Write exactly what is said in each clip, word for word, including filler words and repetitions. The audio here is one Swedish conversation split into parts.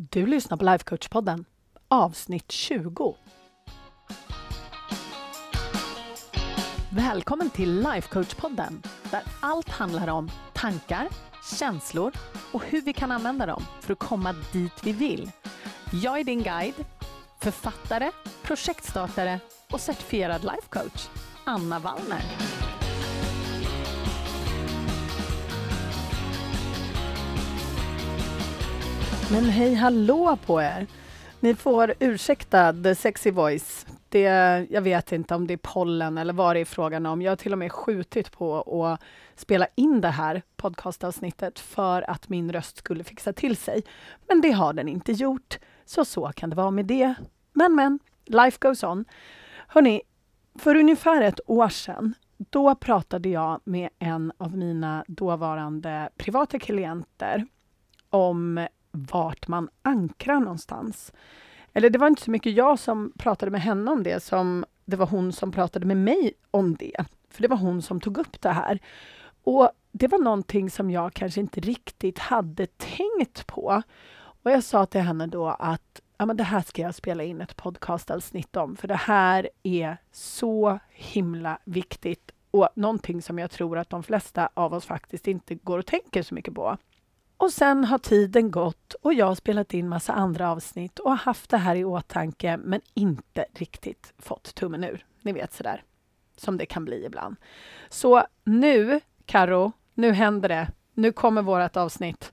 Du lyssnar på Life Coach-podden, avsnitt tjugo. Välkommen till Life Coach-podden, där allt handlar om tankar, känslor och hur vi kan använda dem för att komma dit vi vill. Jag är din guide, författare, projektstartare och certifierad life coach, Anna Wallner. Men hej hallå på er! Ni får ursäkta the sexy voice. Det, jag vet inte om det är pollen eller vad det är frågan om. Jag har till och med skjutit på att spela in det här podcastavsnittet för att min röst skulle fixa till sig. Men det har den inte gjort. Så så kan det vara med det. Men men, life goes on. Hörrni, för ungefär ett år sedan, då pratade jag med en av mina dåvarande privata klienter om vart man ankrar någonstans. Eller det var inte så mycket jag som pratade med henne om det, som det var hon som pratade med mig om det. För det var hon som tog upp det här. Och det var någonting som jag kanske inte riktigt hade tänkt på. Och jag sa till henne då att ja, men det här ska jag spela in ett podcastavsnitt om. För det här är så himla viktigt. Och någonting som jag tror att de flesta av oss faktiskt inte går och tänker så mycket på. Och sen har tiden gått och jag har spelat in massa andra avsnitt och har haft det här i åtanke men inte riktigt fått tummen ur. Ni vet sådär som det kan bli ibland. Så nu, Karo, nu händer det. Nu kommer vårat avsnitt.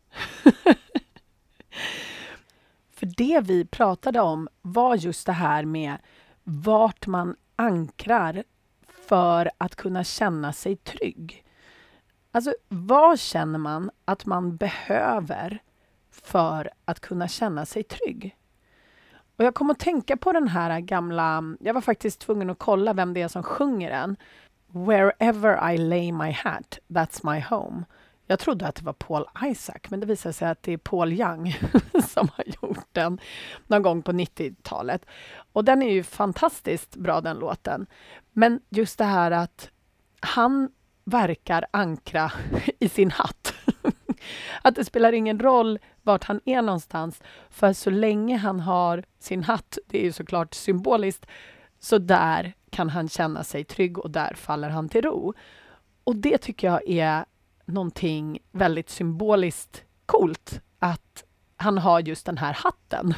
För det vi pratade om var just det här med vart man ankrar för att kunna känna sig trygg. Alltså, vad känner man att man behöver för att kunna känna sig trygg? Och jag kom att tänka på den här gamla, jag var faktiskt tvungen att kolla vem det är som sjunger den. Wherever I lay my hat, that's my home. Jag trodde att det var Paul Isaac, men det visade sig att det är Paul Young som har gjort den någon gång på nittiotalet. Och den är ju fantastiskt bra, den låten. Men just det här att han verkar ankra i sin hatt. Att det spelar ingen roll vart han är någonstans. För så länge han har sin hatt, det är ju såklart symboliskt, så där kan han känna sig trygg och där faller han till ro. Och det tycker jag är någonting väldigt symboliskt coolt, att han har just den här hatten.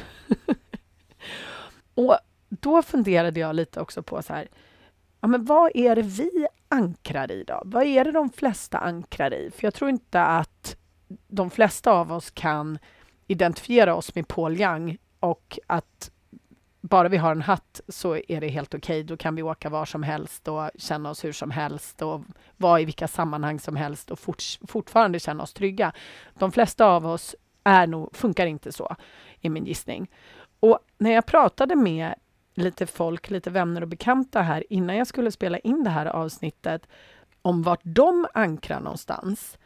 Och då funderade jag lite också på så här, ja, men vad är det vi ankrar i då? Vad är det de flesta ankrar i? För jag tror inte att de flesta av oss kan identifiera oss med Paul Young och att bara vi har en hatt så är det helt okej. Då kan vi åka var som helst och känna oss hur som helst och vara i vilka sammanhang som helst och fort, fortfarande känna oss trygga. De flesta av oss är nog, funkar inte så, i min gissning. Och när jag pratade med lite folk, lite vänner och bekanta här innan jag skulle spela in det här avsnittet om vart de ankrar någonstans,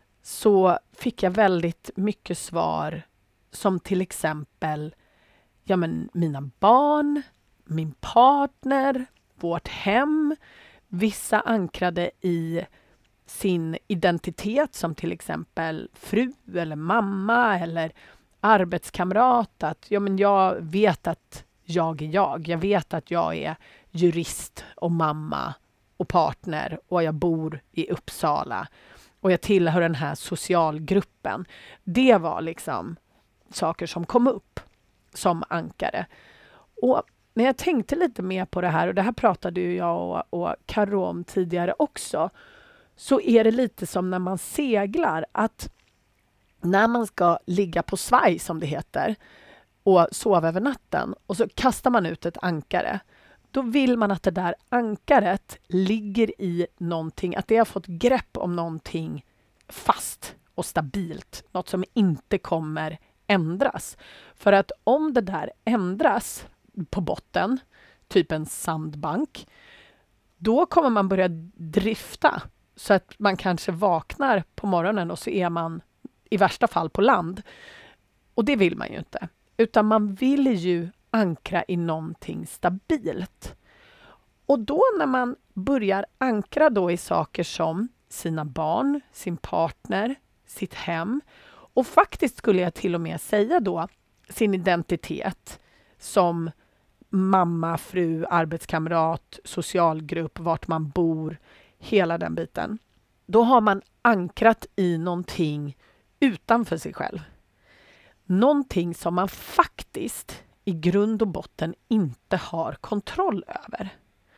så fick jag väldigt mycket svar som till exempel ja, men mina barn, min partner, vårt hem. Vissa ankrade i sin identitet som till exempel fru eller mamma eller arbetskamrat. Att ja, men jag vet att jag är jag. Jag vet att jag är jurist och mamma och partner och jag bor i Uppsala och jag tillhör den här socialgruppen. Det var liksom saker som kom upp som ankare. Och när jag tänkte lite mer på det här, och det här pratade ju jag och, och Karo om tidigare också, så är det lite som när man seglar, att när man ska ligga på svaj som det heter och sova över natten och så kastar man ut ett ankare, då vill man att det där ankaret ligger i någonting, att det har fått grepp om någonting fast och stabilt, något som inte kommer ändras. För att om det där ändras på botten, typ en sandbank, då kommer man börja drifta så att man kanske vaknar på morgonen och så är man i värsta fall på land. Och det vill man ju inte. Utan man vill ju ankra i någonting stabilt. Och då när man börjar ankra då i saker som sina barn, sin partner, sitt hem. Och faktiskt skulle jag till och med säga då sin identitet som mamma, fru, arbetskamrat, socialgrupp, vart man bor, hela den biten. Då har man ankrat i någonting utanför sig själv. Någonting som man faktiskt i grund och botten inte har kontroll över.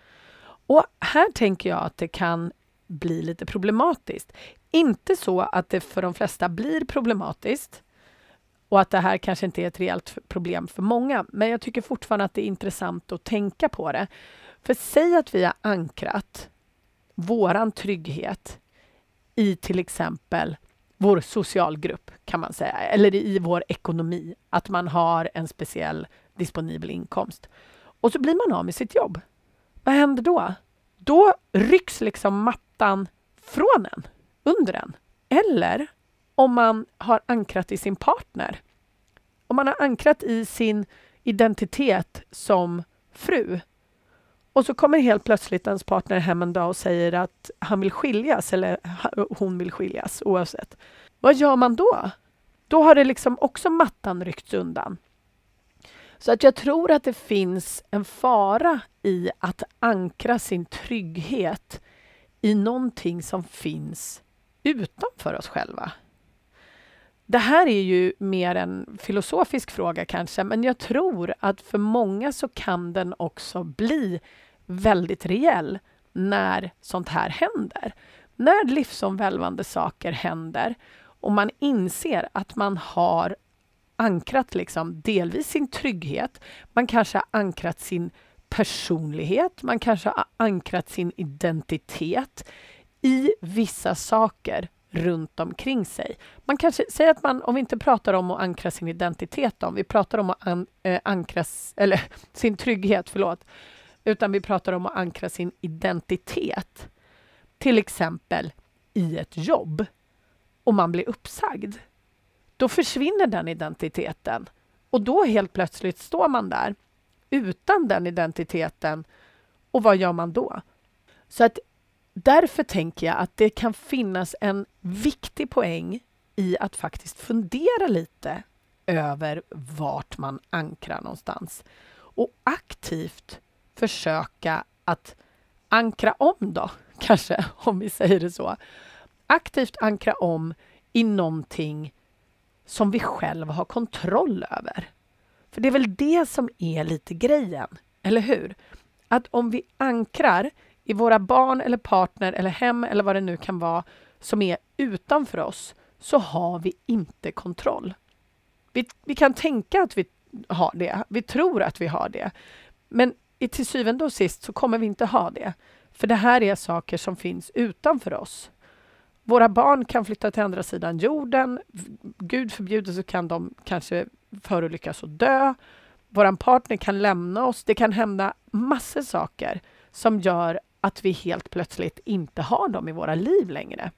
Och här tänker jag att det kan bli lite problematiskt. Inte så att det för de flesta blir problematiskt och att det här kanske inte är ett reellt problem för många, men jag tycker fortfarande att det är intressant att tänka på det. För säg att vi har ankrat våran trygghet i till exempel vår socialgrupp, kan man säga, eller i vår ekonomi, att man har en speciell disponibel inkomst. Och så blir man av med sitt jobb. Vad händer då? Då rycks liksom mattan från en, under en. Eller om man har ankrat i sin partner. Om man har ankrat i sin identitet som fru. Och så kommer helt plötsligt ens partner hem en dag och säger att han vill skiljas eller hon vill skiljas oavsett. Vad gör man då? Då har det liksom också mattan ryckts undan. Så att jag tror att det finns en fara i att ankra sin trygghet i någonting som finns utanför oss själva. Det här är ju mer en filosofisk fråga kanske, men jag tror att för många så kan den också bli väldigt reell när sånt här händer. När livsomvälvande saker händer och man inser att man har ankrat liksom delvis sin trygghet, man kanske har ankrat sin personlighet, man kanske har ankrat sin identitet i vissa saker runt omkring sig. Man kanske säger att man, om vi inte pratar om att ankra sin identitet, om vi pratar om att an, äh, ankra eller sin trygghet, förlåt, utan vi pratar om att ankra sin identitet, till exempel i ett jobb, och man blir uppsagd. Då försvinner den identiteten och då helt plötsligt står man där utan den identiteten, och vad gör man då? Så att därför tänker jag att det kan finnas en viktig poäng i att faktiskt fundera lite över vart man ankrar någonstans och aktivt försöka att ankra om då, kanske, om vi säger det så. Aktivt ankra om i någonting som vi själva har kontroll över. För det är väl det som är lite grejen, eller hur? Att om vi ankrar i våra barn eller partner eller hem eller vad det nu kan vara som är utanför oss, så har vi inte kontroll. Vi, vi kan tänka att vi har det. Vi tror att vi har det. Men till syvende och sist så kommer vi inte ha det. För det här är saker som finns utanför oss. Våra barn kan flytta till andra sidan jorden. Gud förbjuder så kan de kanske förolyckas och dö. Vår partner kan lämna oss. Det kan hända massor saker som gör att vi helt plötsligt inte har dem i våra liv längre.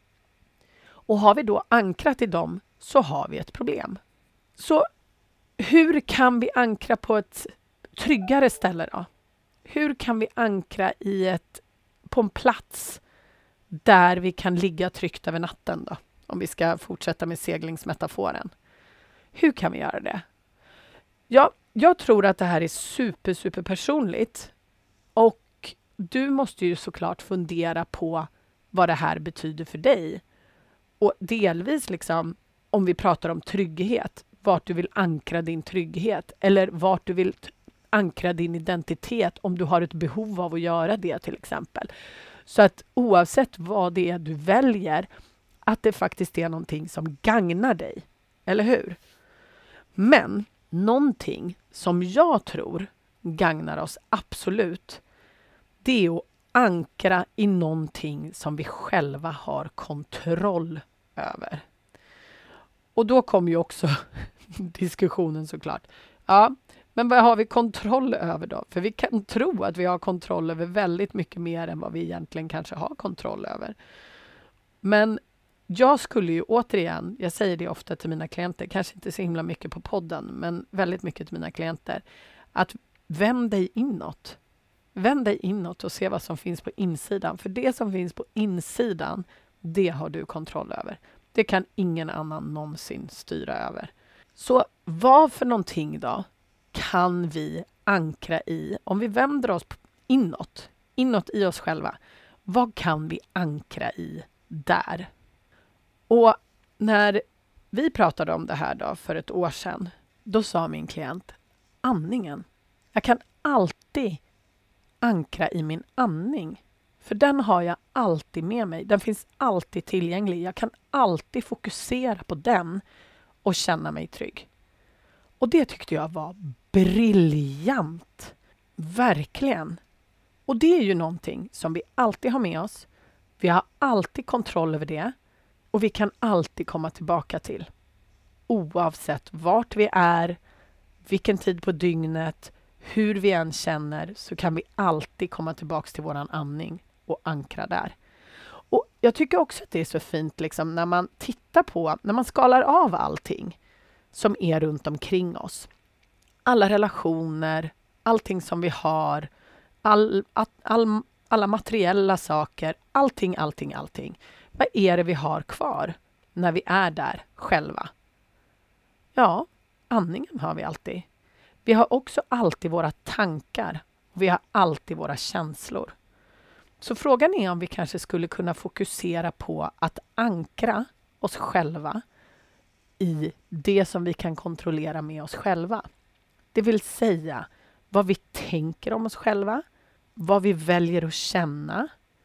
Och har vi då ankrat i dem så har vi ett problem. Så hur kan vi ankra på ett tryggare ställe då? Hur kan vi ankra i ett, på en plats där vi kan ligga tryggt över natten då? Om vi ska fortsätta med seglingsmetaforen. Hur kan vi göra det? Ja, jag tror att det här är super, super personligt. Och du måste ju såklart fundera på vad det här betyder för dig. Och delvis liksom, om vi pratar om trygghet, vart du vill ankra din trygghet. Eller vart du vill ankra din identitet om du har ett behov av att göra det till exempel. Så att oavsett vad det är du väljer, att det faktiskt är någonting som gagnar dig. Eller hur? Men någonting som jag tror gagnar oss absolut, det är att ankra i någonting som vi själva har kontroll över. Och då kommer ju också diskussionen såklart. Ja, men vad har vi kontroll över då? För vi kan tro att vi har kontroll över väldigt mycket mer än vad vi egentligen kanske har kontroll över. Men jag skulle ju återigen, jag säger det ofta till mina klienter, kanske inte så himla mycket på podden, men väldigt mycket till mina klienter, att vänd dig inåt. Vänd dig inåt och se vad som finns på insidan. För det som finns på insidan, det har du kontroll över. Det kan ingen annan någonsin styra över. Så vad för någonting då kan vi ankra i? Om vi vänder oss inåt, inåt i oss själva, vad kan vi ankra i där? Och när vi pratade om det här då för ett år sedan, då sa min klient, andningen. Jag kan alltid ankra i min andning. För den har jag alltid med mig. Den finns alltid tillgänglig. Jag kan alltid fokusera på den och känna mig trygg. Och det tyckte jag var briljant. Verkligen. Och det är ju någonting som vi alltid har med oss. Vi har alltid kontroll över det. Och vi kan alltid komma tillbaka till. Oavsett vart vi är, vilken tid på dygnet, hur vi än känner, så kan vi alltid komma tillbaka till våran andning och ankra där. Och jag tycker också att det är så fint liksom, när man tittar på, när man skalar av allting som är runt omkring oss. Alla relationer, allting som vi har, all, all, alla materiella saker, allting, allting, allting. Vad är det vi har kvar när vi är där själva? Ja, andningen har vi alltid. Vi har också alltid våra tankar och vi har alltid våra känslor. Så frågan är om vi kanske skulle kunna fokusera på att ankra oss själva i det som vi kan kontrollera med oss själva. Det vill säga vad vi tänker om oss själva, vad vi väljer att känna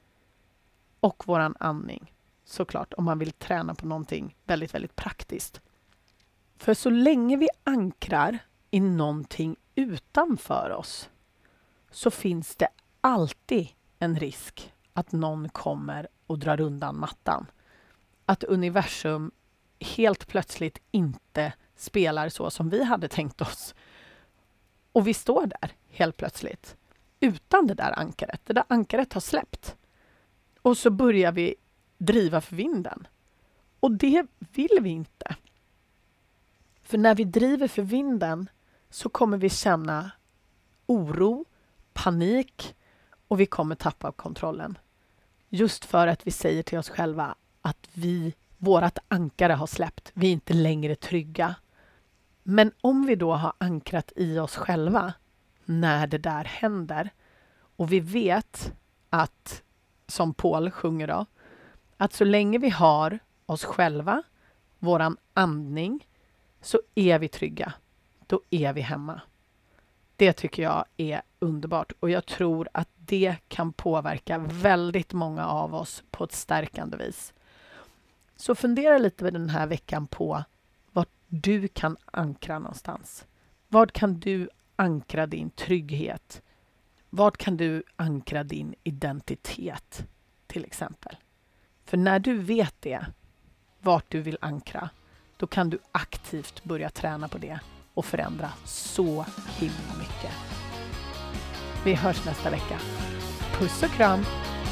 och våran andning. Såklart om man vill träna på någonting väldigt, väldigt praktiskt. För så länge vi ankrar i någonting utanför oss så finns det alltid en risk att någon kommer och drar undan mattan. Att universum helt plötsligt inte spelar så som vi hade tänkt oss. Och vi står där helt plötsligt utan det där ankaret. Det där ankaret har släppt. Och så börjar vi driva för vinden. Och det vill vi inte. För när vi driver för vinden så kommer vi känna oro, panik och vi kommer tappa kontrollen. Just för att vi säger till oss själva att vi, vårat ankare har släppt. Vi är inte längre trygga. Men om vi då har ankrat i oss själva när det där händer och vi vet att, som Paul sjunger då, att så länge vi har oss själva, våran andning, så är vi trygga. Då är vi hemma. Det tycker jag är underbart och jag tror att det kan påverka väldigt många av oss på ett stärkande vis. Så fundera lite den här veckan på vart du kan ankra någonstans. Vart kan du ankra din trygghet? Vart kan du ankra din identitet till exempel? För när du vet det, vart du vill ankra, då kan du aktivt börja träna på det och förändra så himla mycket. Vi hörs nästa vecka. Puss och kram!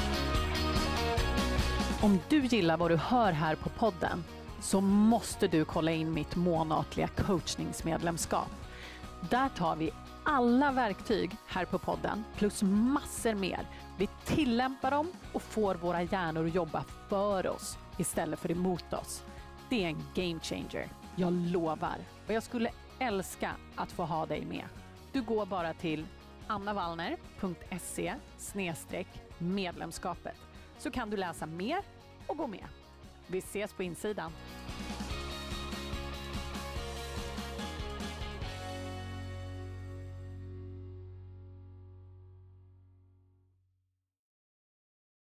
Om du gillar vad du hör här på podden så måste du kolla in mitt månatliga coachningsmedlemskap. Där tar vi alla verktyg här på podden plus massor mer. Vi tillämpar dem och får våra hjärnor att jobba för oss istället för emot oss. Det är en game changer, jag lovar. Och jag skulle älska att få ha dig med. Du går bara till annavallner punkt se snedstreck medlemskapet så kan du läsa mer och gå med. Vi ses på insidan.